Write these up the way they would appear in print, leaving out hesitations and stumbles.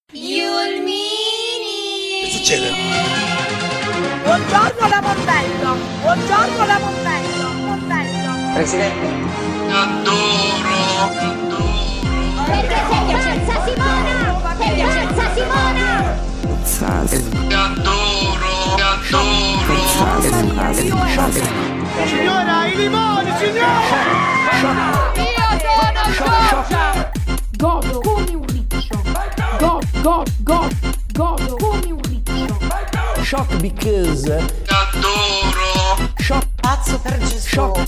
Yulmini! Che succede? Buongiorno la Montella! Buongiorno la Montella! Montella! Presidente. Adoro! Perché sei piacenza Simona! Sei piacenza Simona! Adoro! Signora, i limoni, signora! Io sono Giorgia! Godo come un riccio. Godo come un riccio. Shock because. Adoro! Shock. Pazzo per Gesù!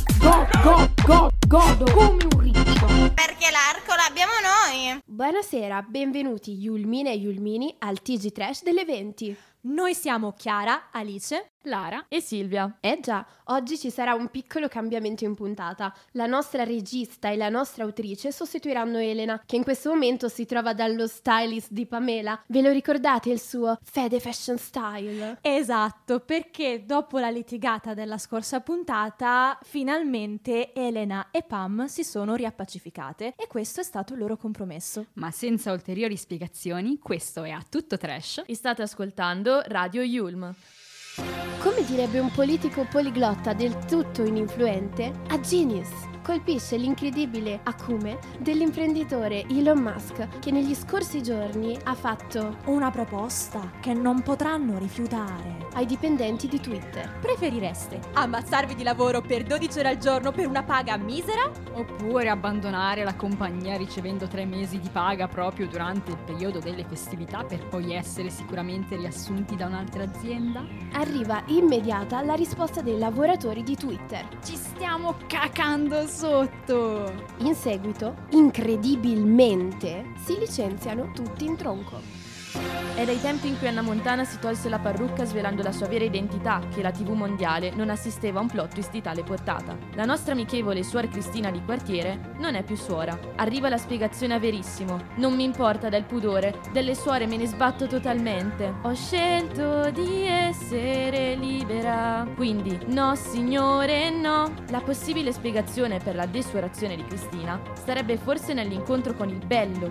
Godo come un riccio. Perché l'arco l'abbiamo noi. Buonasera, benvenuti Yulmine e Yulmini al TG Trash delle 20. Noi siamo Chiara, Alice, Lara e Silvia. Già, oggi ci sarà un piccolo cambiamento in puntata. La nostra regista e la nostra autrice sostituiranno Elena, che in questo momento si trova dallo stylist di Pamela. Ve lo ricordate il suo Fede Fashion Style? Esatto, perché dopo la litigata della scorsa puntata, finalmente Elena e Pam si sono riappacificate e questo è stato il loro compromesso. Ma senza ulteriori spiegazioni, questo è A Tutto Trash e state ascoltando Radio Yulm. Come direbbe un politico poliglotta del tutto ininfluente, a genius colpisce l'incredibile acume dell'imprenditore Elon Musk, che negli scorsi giorni ha fatto Una proposta che non potranno rifiutare. ai dipendenti di Twitter. Preferireste ammazzarvi di lavoro per 12 ore al giorno per una paga misera? Oppure abbandonare la compagnia ricevendo 3 mesi di paga proprio durante il periodo delle festività per poi essere sicuramente riassunti da un'altra azienda? Arriva immediata la risposta dei lavoratori di Twitter. Ci stiamo cacando sotto! In seguito, incredibilmente, si licenziano tutti in tronco. È dai tempi in cui Anna Montana si tolse la parrucca svelando la sua vera identità che la TV mondiale non assisteva a un plot twist di tale portata. La nostra amichevole suor Cristina di quartiere non è più suora. Arriva la spiegazione a Verissimo. Non mi importa del pudore, delle suore me ne sbatto totalmente. Ho scelto di essere libera. Quindi, no signore, no. La possibile spiegazione per la desuerazione di Cristina starebbe forse nell'incontro con il bello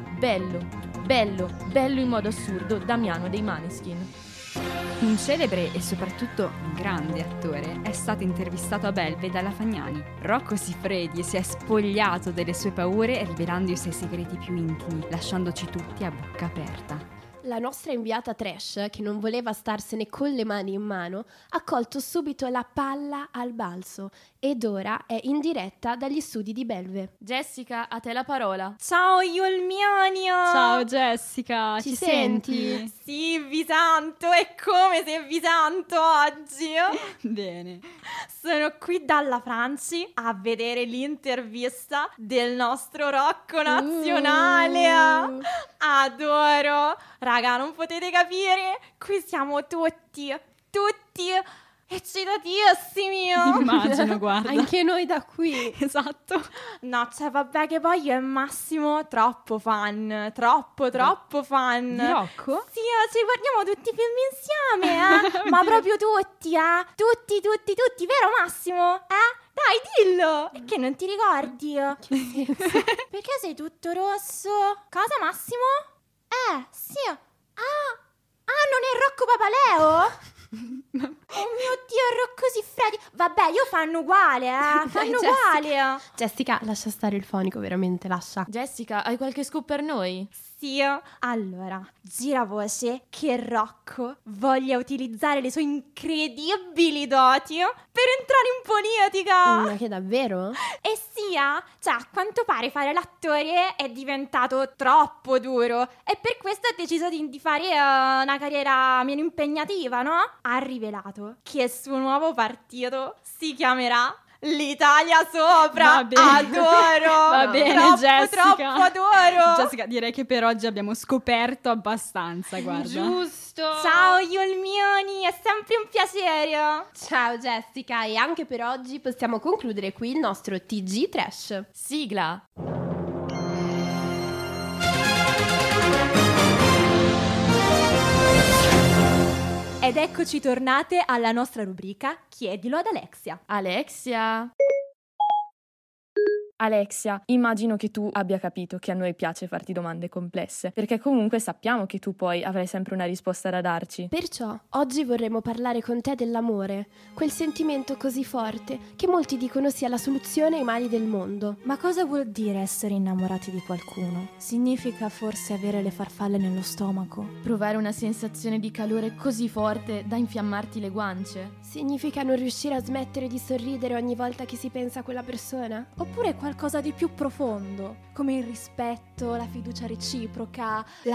in modo assurdo Damiano dei Maneskin. Un celebre e soprattutto un grande attore è stato intervistato a Belve dalla Fagnani. Rocco Siffredi si è spogliato delle sue paure rivelando i suoi segreti più intimi, lasciandoci tutti a bocca aperta. La nostra inviata trash, che non voleva starsene con le mani in mano, ha colto subito la palla al balzo ed ora è in diretta dagli studi di Belve. Jessica, a te la parola. Ciao Yulmiania! Ciao Jessica, Ci senti? Sì, vi sento, è come se vi sento oggi. Bene. Sono qui dalla Franci a vedere l'intervista del nostro Rocco nazionale. Adoro. Raga, non potete capire, qui siamo tutti eccitatissimi. Immagino, guarda. Anche noi da qui. Esatto. No, cioè vabbè che poi io e Massimo troppo fan, troppo fan. Di Rocco? Sì, ci guardiamo tutti i film insieme, ma proprio tutti, tutti, vero Massimo? Dai, dillo! E che non ti ricordi? Perché sei tutto rosso? Cosa, Massimo? Sì. Non è Rocco Papaleo? Oh mio Dio, è Rocco Siffredi. Vabbè, io fanno uguale, fanno uguale. Jessica, lascia stare il fonico, veramente, lascia. Jessica, hai qualche scoop per noi? Sì, allora, gira voce che Rocco voglia utilizzare le sue incredibili doti per entrare in politica. Ma che davvero? E sia, cioè a quanto pare fare l'attore è diventato troppo duro e per questo ha deciso di fare una carriera meno impegnativa, no? Ha rivelato che il suo nuovo partito si chiamerà L'Italia Sopra. Va bene. Adoro. Va bene, troppo, Jessica. Troppo adoro. Jessica, direi che per oggi abbiamo scoperto abbastanza, guarda. Giusto. Ciao Yulmioni, è sempre un piacere. Ciao Jessica, e anche per oggi possiamo concludere qui il nostro TG Trash. Sigla. Ed eccoci tornate alla nostra rubrica Chiedilo ad Alexia. Alexia. Alexia, immagino che tu abbia capito che a noi piace farti domande complesse, perché comunque sappiamo che tu poi avrai sempre una risposta da darci. Perciò oggi vorremmo parlare con te dell'amore, quel sentimento così forte che molti dicono sia la soluzione ai mali del mondo. Ma cosa vuol dire essere innamorati di qualcuno? Significa forse avere le farfalle nello stomaco? Provare una sensazione di calore così forte da infiammarti le guance? Significa non riuscire a smettere di sorridere ogni volta che si pensa a quella persona? Oppure qualcosa di più profondo, come il rispetto, la fiducia reciproca, la...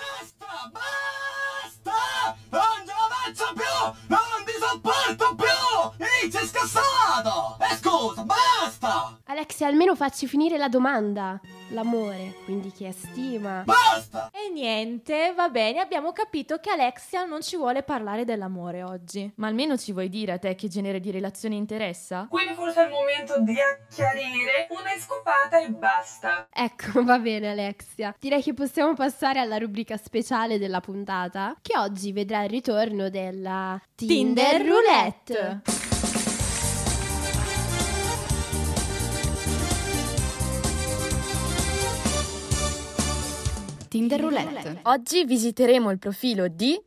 Basta! Non ce la faccio più! Non ti sopporto più! Inizio scassato! Scusa, basta! Alexia, almeno facci finire la domanda. L'amore, quindi chi è stima? Basta! E niente, va bene, abbiamo capito che Alexia non ci vuole parlare dell'amore oggi. Ma almeno ci vuoi dire a te che genere di relazione interessa? Quindi forse è il momento di chiarire una scopata e basta. Ecco, va bene Alexia. Direi che possiamo passare alla rubrica speciale della puntata, che oggi vedrà il ritorno della Tinder Roulette. Tinder Roulette. Oggi visiteremo il profilo di...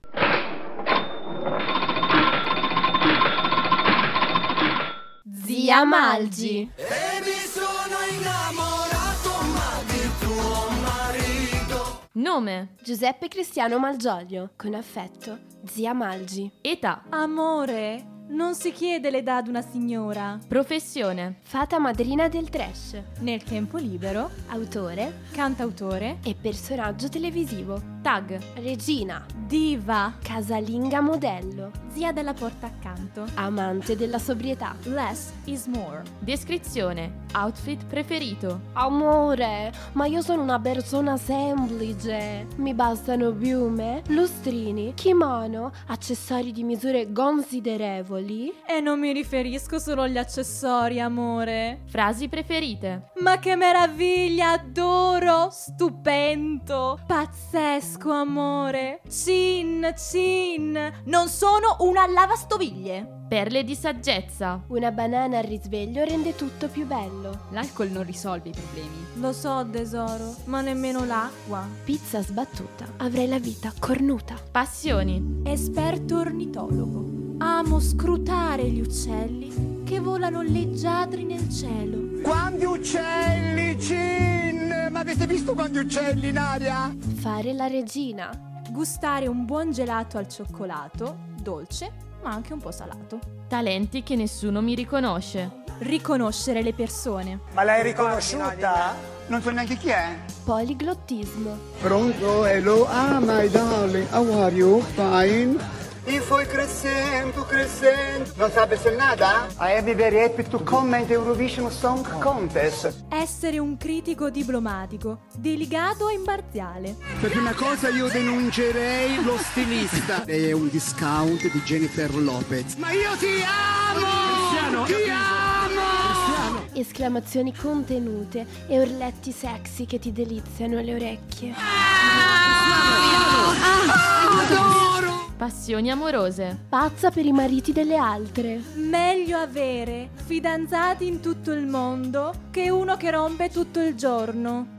Zia Malgi. E mi sono innamorato ma di tuo marito. Nome, Giuseppe Cristiano Malgioglio. Con affetto, Zia Malgi. età, Amore, non si chiede l'età ad una signora. professione, Fata madrina del trash. Nel tempo libero, Autore cantautore, e personaggio televisivo. tag, Regina. diva, Casalinga modello. zia della porta accanto. Amante della sobrietà. Less is more. descrizione, outfit preferito, Amore, ma io sono una persona semplice. Mi bastano piume, lustrini, kimono, accessori di misure considerevoli. E non mi riferisco solo agli accessori, amore. frasi preferite, Ma che meraviglia, adoro, stupendo, pazzesco, amore. Cin, cin, non sono una lavastoviglie. perle di saggezza, Una banana al risveglio rende tutto più bello. L'alcol non risolve i problemi. Lo so, tesoro, ma nemmeno l'acqua. Pizza sbattuta. Avrei la vita cornuta. passioni, Esperto ornitologo. Amo scrutare gli uccelli che volano leggiadri nel cielo. Quanti uccelli, Cin! Ma avete visto quanti uccelli in aria? Fare la regina. Gustare un buon gelato al cioccolato, dolce, ma anche un po' salato. talenti che nessuno mi riconosce, Riconoscere le persone. Ma l'hai riconosciuta? Non so neanche chi è. Poliglottismo. Pronto? Hello? Ah, my darling, how are you? Fine. Y fue creciendo, creciendo. ¿No sabes nada? I am very happy to comment Eurovision Song Contest. Essere un critico diplomatico, delicato e imparziale. Per prima cosa io denuncerei lo stilista. Lei è un discount di Jennifer Lopez. Ma io ti amo! Ti amo! Esclamazioni contenute e urletti sexy che ti deliziano le orecchie. passioni amorose, Pazza per i mariti delle altre. Meglio avere fidanzati in tutto il mondo che uno che rompe tutto il giorno.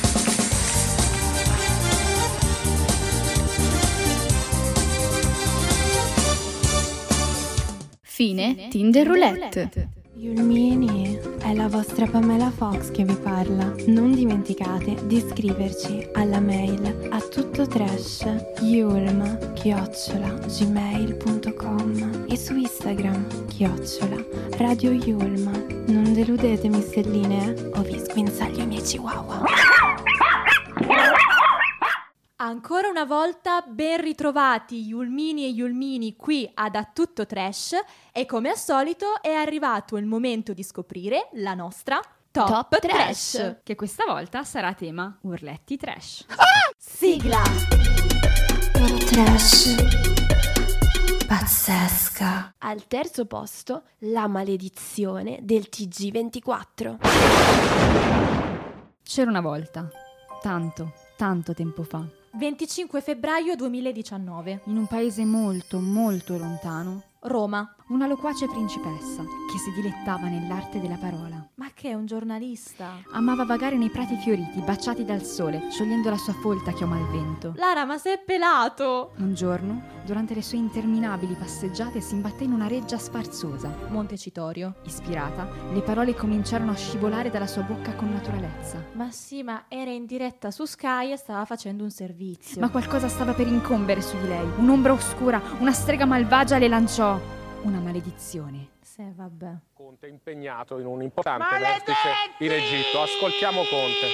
Fine Tinder Roulette. Yulmini, è la vostra Pamela Fox che vi parla. Non dimenticate di iscriverci alla mail a tuttotrash@gmail.com e su Instagram @Radio Yulma. Non deludetemi stelline, o vi sguinzaglio i miei chihuahua. Ancora una volta ben ritrovati Yulmini e Yulmini qui ad A Tutto Trash e come al solito è arrivato il momento di scoprire la nostra Top Trash. Che questa volta sarà tema urletti trash. Sigla! Top Trash pazzesca. Al terzo posto, la maledizione del TG24. C'era una volta, tanto tempo fa, 25 febbraio 2019. in un paese molto lontano, Roma. Una loquace principessa che si dilettava nell'arte della parola. Ma che è un giornalista? Amava vagare nei prati fioriti, baciati dal sole, sciogliendo la sua folta chioma al vento. Lara, ma sei pelato! Un giorno, durante le sue interminabili passeggiate, si imbatté in una reggia sfarzosa. Montecitorio. Ispirata, le parole cominciarono a scivolare dalla sua bocca con naturalezza. Ma sì, ma era in diretta su Sky e stava facendo un servizio. Ma qualcosa stava per incombere su di lei. Un'ombra oscura, una strega malvagia le lanciò una maledizione. Sì, vabbè. Conte è impegnato in un importante vertice in Egitto. Ascoltiamo Conte.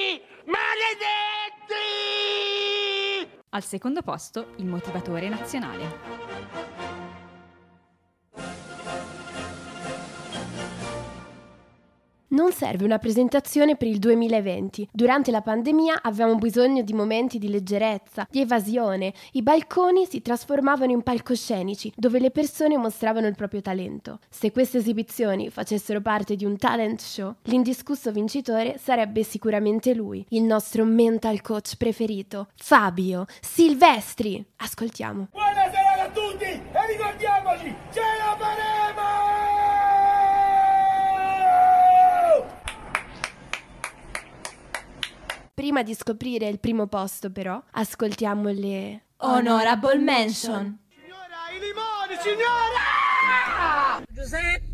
Maledetti! Al secondo posto, il motivatore nazionale. Non serve una presentazione per il 2020. Durante la pandemia avevamo bisogno di momenti di leggerezza, di evasione. I balconi si trasformavano in palcoscenici, dove le persone mostravano il proprio talento. Se queste esibizioni facessero parte di un talent show, l'indiscusso vincitore sarebbe sicuramente lui, il nostro mental coach preferito, Fabio Silvestri. Ascoltiamo. Buonasera a tutti e ricordiamoci, ce la faremo! Prima di scoprire il primo posto, però, ascoltiamo le Honorable Mention. Signora, i limoni, signora! Giuseppe!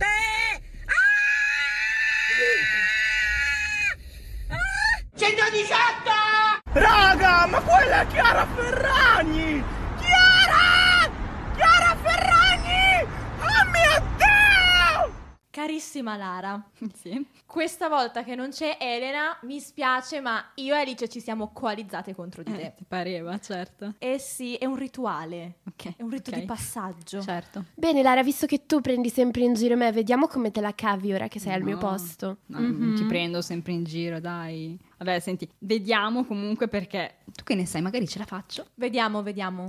Ah! 118! Raga, ma quella è Chiara Ferragni! Chiara! Chiara Ferragni! Oh mio Dio! Carissima Lara, Sì. questa volta che non c'è Elena, mi spiace, ma io e Alice ci siamo coalizzate contro di te. Ti pareva, certo. Eh sì, è un rituale. Ok. È un rito ok. di passaggio. Certo. Bene Lara, visto che tu prendi sempre in giro me, vediamo come te la cavi ora che sei al mio No. posto. No, non ti prendo sempre in giro, dai. Vabbè, senti, vediamo comunque perché... Tu che ne sai, magari ce la faccio. Vediamo.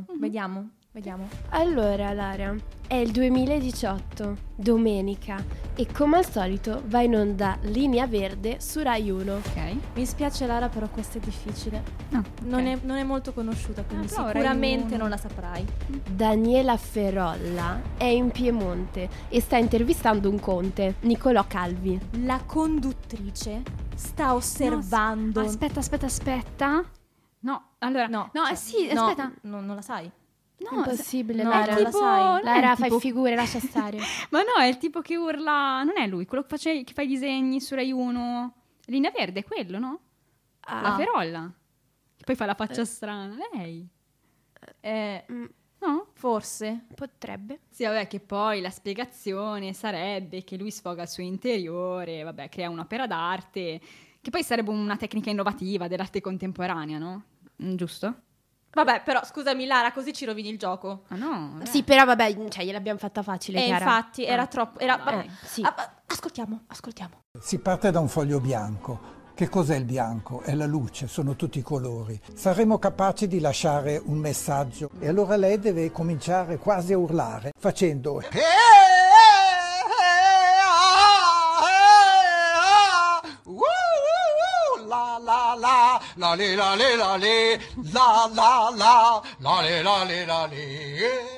Allora Lara, è il 2018, domenica, e come al solito va in onda Linea Verde su Rai 1. Ok. Mi spiace Lara, però questa è difficile. No, Non è molto conosciuta, quindi però sicuramente Rai non la saprai. Daniela Ferolla è in Piemonte e sta intervistando un conte, Niccolò Calvi. La conduttrice sta osservando. Aspetta. No, allora... No, sì, no, aspetta. non la sai? No, Impossibile, no, Lara. non la sai. non è Lara, il fai tipo- figure, lascia stare. Ma no, è il tipo che urla... Non è lui, quello che fa i disegni su Rai 1. Linea Verde, è quello, no? La Ferolla. Che poi fa la faccia strana. Lei. No? Forse. Potrebbe. Sì, vabbè, che poi la spiegazione sarebbe che lui sfoga il suo interiore, vabbè, crea un'opera d'arte, che poi sarebbe una tecnica innovativa dell'arte contemporanea, no? Giusto? Vabbè, però scusami Lara, così ci rovini il gioco. Ah no? Vabbè. Sì, però vabbè, cioè gliel'abbiamo fatta facile, Chiara. Infatti, era troppo. Vabbè. sì. Ascoltiamo. Si parte da un foglio bianco. Che cos'è il bianco? È la luce, sono tutti i colori. Saremo capaci di lasciare un messaggio e allora lei deve cominciare quasi a urlare facendo La la la, la le la le la le, la la la, la le la le la le.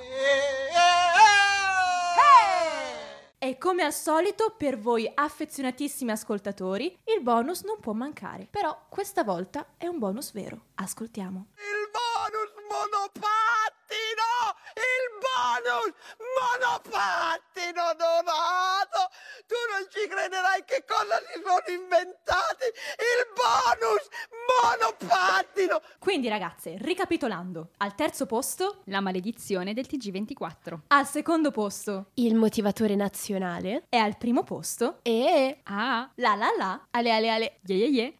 E come al solito, per voi affezionatissimi ascoltatori, il bonus non può mancare. Però questa volta è un bonus vero. Ascoltiamo. Il bonus monopattino! Il bonus monopattino donato! Tu non ci crederai che cosa si sono inventati! Il bonus monopattino! Quindi ragazze, ricapitolando, al terzo posto, La maledizione del TG24. al secondo posto Il motivatore nazionale. e al primo posto, E Ah, la, ale ale ale. yeah.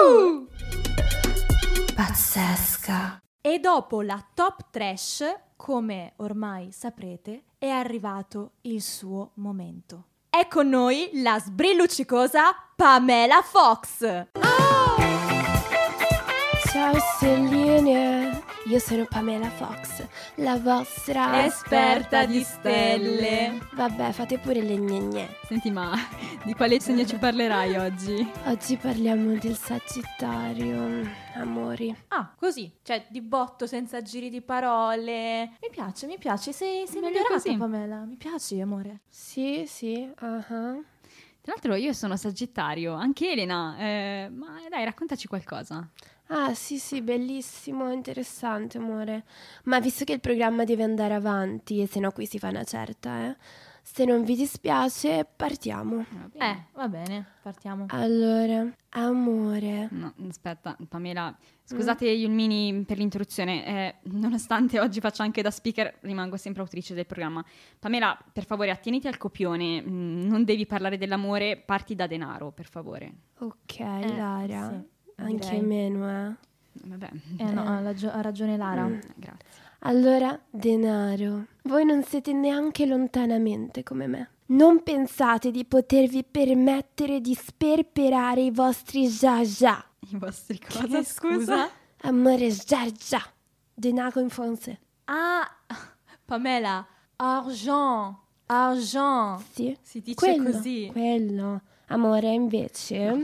Pazzesca. E dopo la top trash, come ormai saprete, è arrivato il suo momento. È con noi la sbrilluccicosa Pamela Fox. Ciao Selene. Io sono Pamela Fox, la vostra esperta di stelle. Vabbè, fate pure le gne. Senti, ma di quale segno ci parlerai oggi? Oggi parliamo del Sagittario, amori. Ah, così, cioè di botto, senza giri di parole. Mi piace, sei migliorata così. Pamela, mi piaci amore. Sì, Tra l'altro io sono Sagittario, anche Elena, ma dai, raccontaci qualcosa. Ah, sì, bellissimo, interessante, amore. Ma visto che il programma deve andare avanti, e se no qui si fa una certa, se non vi dispiace, partiamo. Va bene, partiamo. Allora, amore. No, aspetta, Pamela, scusate Yulmini per l'interruzione, nonostante oggi faccia anche da speaker, rimango sempre autrice del programma. Pamela, per favore, attieniti al copione, non devi parlare dell'amore, parti da denaro, per favore. Ok, Lara, sì, anche direi. meno, Vabbè. No, ha ragione Lara. Grazie. Allora, denaro. Voi non siete neanche lontanamente come me. Non pensate di potervi permettere di sperperare i vostri già. I vostri cosa, scusa? Amore, già. Denaro in français. Ah, Pamela, argent. Sì, Si dice così. Quello. Amore, invece...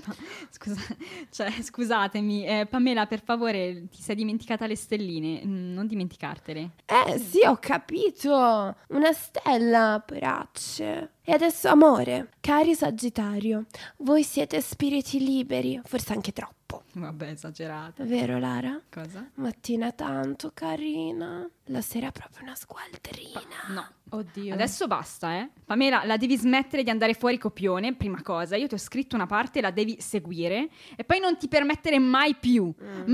Scusatemi, Pamela, per favore, ti sei dimenticata le stelline, non dimenticartele. Sì, ho capito. Una stella, poracce. E adesso, amore, cari Sagittario, voi siete spiriti liberi, forse anche troppo. Vabbè, esagerato. Vero, Lara? Cosa? Mattina tanto carina, la sera proprio una sgualdrina. No. Oddio. Adesso basta, Pamela, la devi smettere di andare fuori copione, prima cosa. Io ti ho scritto una parte, la devi seguire. E poi non ti permettere mai più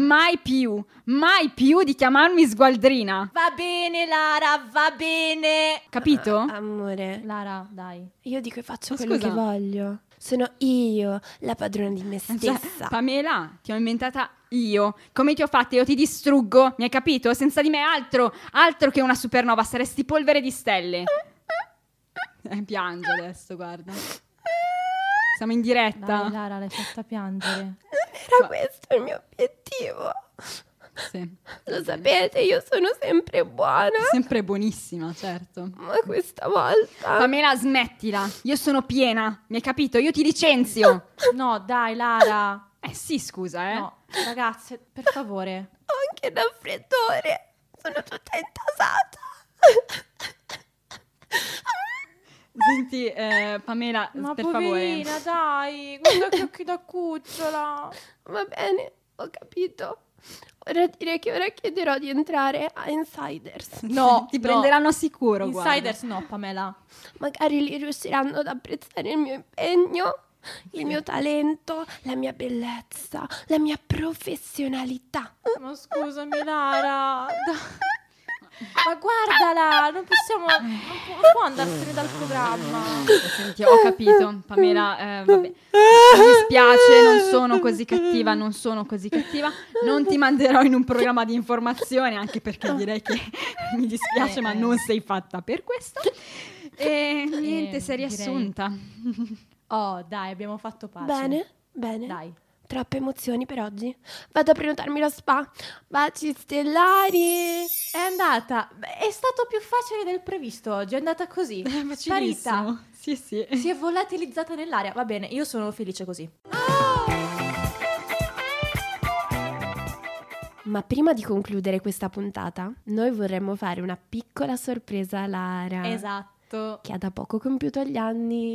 di chiamarmi sgualdrina. Va bene, Lara, va bene. Capito? Amore, Lara, dai. io dico e faccio Ma quello scusa. che voglio. Sono io la padrona di me stessa. Pamela, ti ho inventata io. Come ti ho fatta? Io ti distruggo, mi hai capito? Senza di me altro che una supernova, saresti polvere di stelle. Piange adesso, guarda. Siamo in diretta. Dai, Lara, l'hai fatta piangere. Non era questo il mio obiettivo. Sì. Lo sapete, io sono sempre buona. Sempre buonissima, certo. Ma questa volta... Pamela, smettila. Io sono piena, mi hai capito? Io ti licenzio. No, dai, Lara. Sì, scusa, No, ragazze, per favore. Ho anche il raffreddore. Sono tutta intasata. Senti, Pamela, Ma per poverina, favore. dai, guarda che occhi da cucciola. Va bene, ho capito. Ora direi che ora chiederò di entrare a Insiders. No, Ti prenderanno sicuro, Insiders no, Pamela. Magari lì riusciranno ad apprezzare il mio impegno, il mio talento, la mia bellezza, la mia professionalità. Ma scusami, Lara. Ma guardala, non può andarsene dal programma. Senti, ho capito, Pamela, vabbè. Mi dispiace, non sono così cattiva. Non ti manderò in un programma di informazione, anche perché direi che mi dispiace, ma non sei fatta per questo. E niente, sei riassunta. Oh, dai, abbiamo fatto pace. Bene. Dai. Troppe emozioni per oggi. Vado a prenotarmi lo spa. Baci stellari. È andata. È stato più facile del previsto oggi. È andata così. Sparita. Sì. Si è volatilizzata nell'aria. Va bene, io sono felice così. Ma prima di concludere questa puntata, noi vorremmo fare una piccola sorpresa a Lara. Esatto. Che ha da poco compiuto gli anni.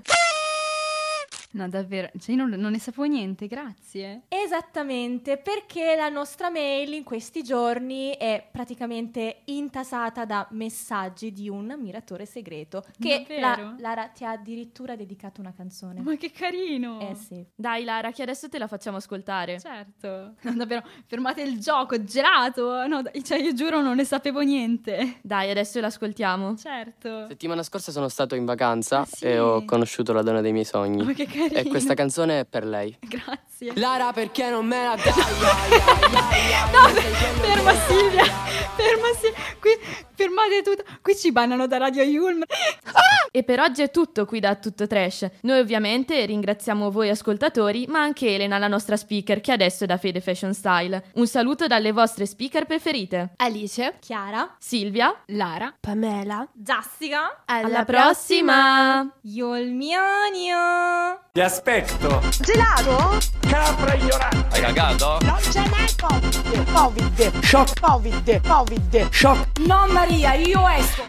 No, davvero, cioè io non ne sapevo niente, grazie. Esattamente, perché la nostra mail in questi giorni è praticamente intasata da messaggi di un ammiratore segreto che Lara ti ha addirittura dedicato una canzone. Ma che carino! Sì. Dai Lara, che adesso te la facciamo ascoltare. Certo. No, davvero, fermate il gioco, gelato. No, cioè io giuro non ne sapevo niente. Dai, adesso l'ascoltiamo. Certo. Settimana scorsa sono stato in vacanza sì. e ho conosciuto la donna dei miei sogni. Ma che carino. E questa canzone è per lei. Grazie. Lara, perché non me la dai? No, ferma Silvia. Ferma fermate tutto. Qui ci bannano da Radio Yulm. E per oggi è tutto qui da Tutto Trash. Noi ovviamente ringraziamo voi ascoltatori, ma anche Elena, la nostra speaker, che adesso è da Fede Fashion Style. Un saluto dalle vostre speaker preferite: Alice, Chiara, Silvia, Lara, Pamela, Jessica. Alla prossima! Yolmianio. Ti aspetto. Gelato? Capra ignorante. Hai cagato? Non ce n'è Covid. Covid. Shock, Covid. Covid. shock. No Maria, io esco.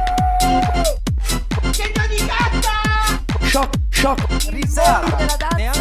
Che non di gatta! Shock, shock. Risata.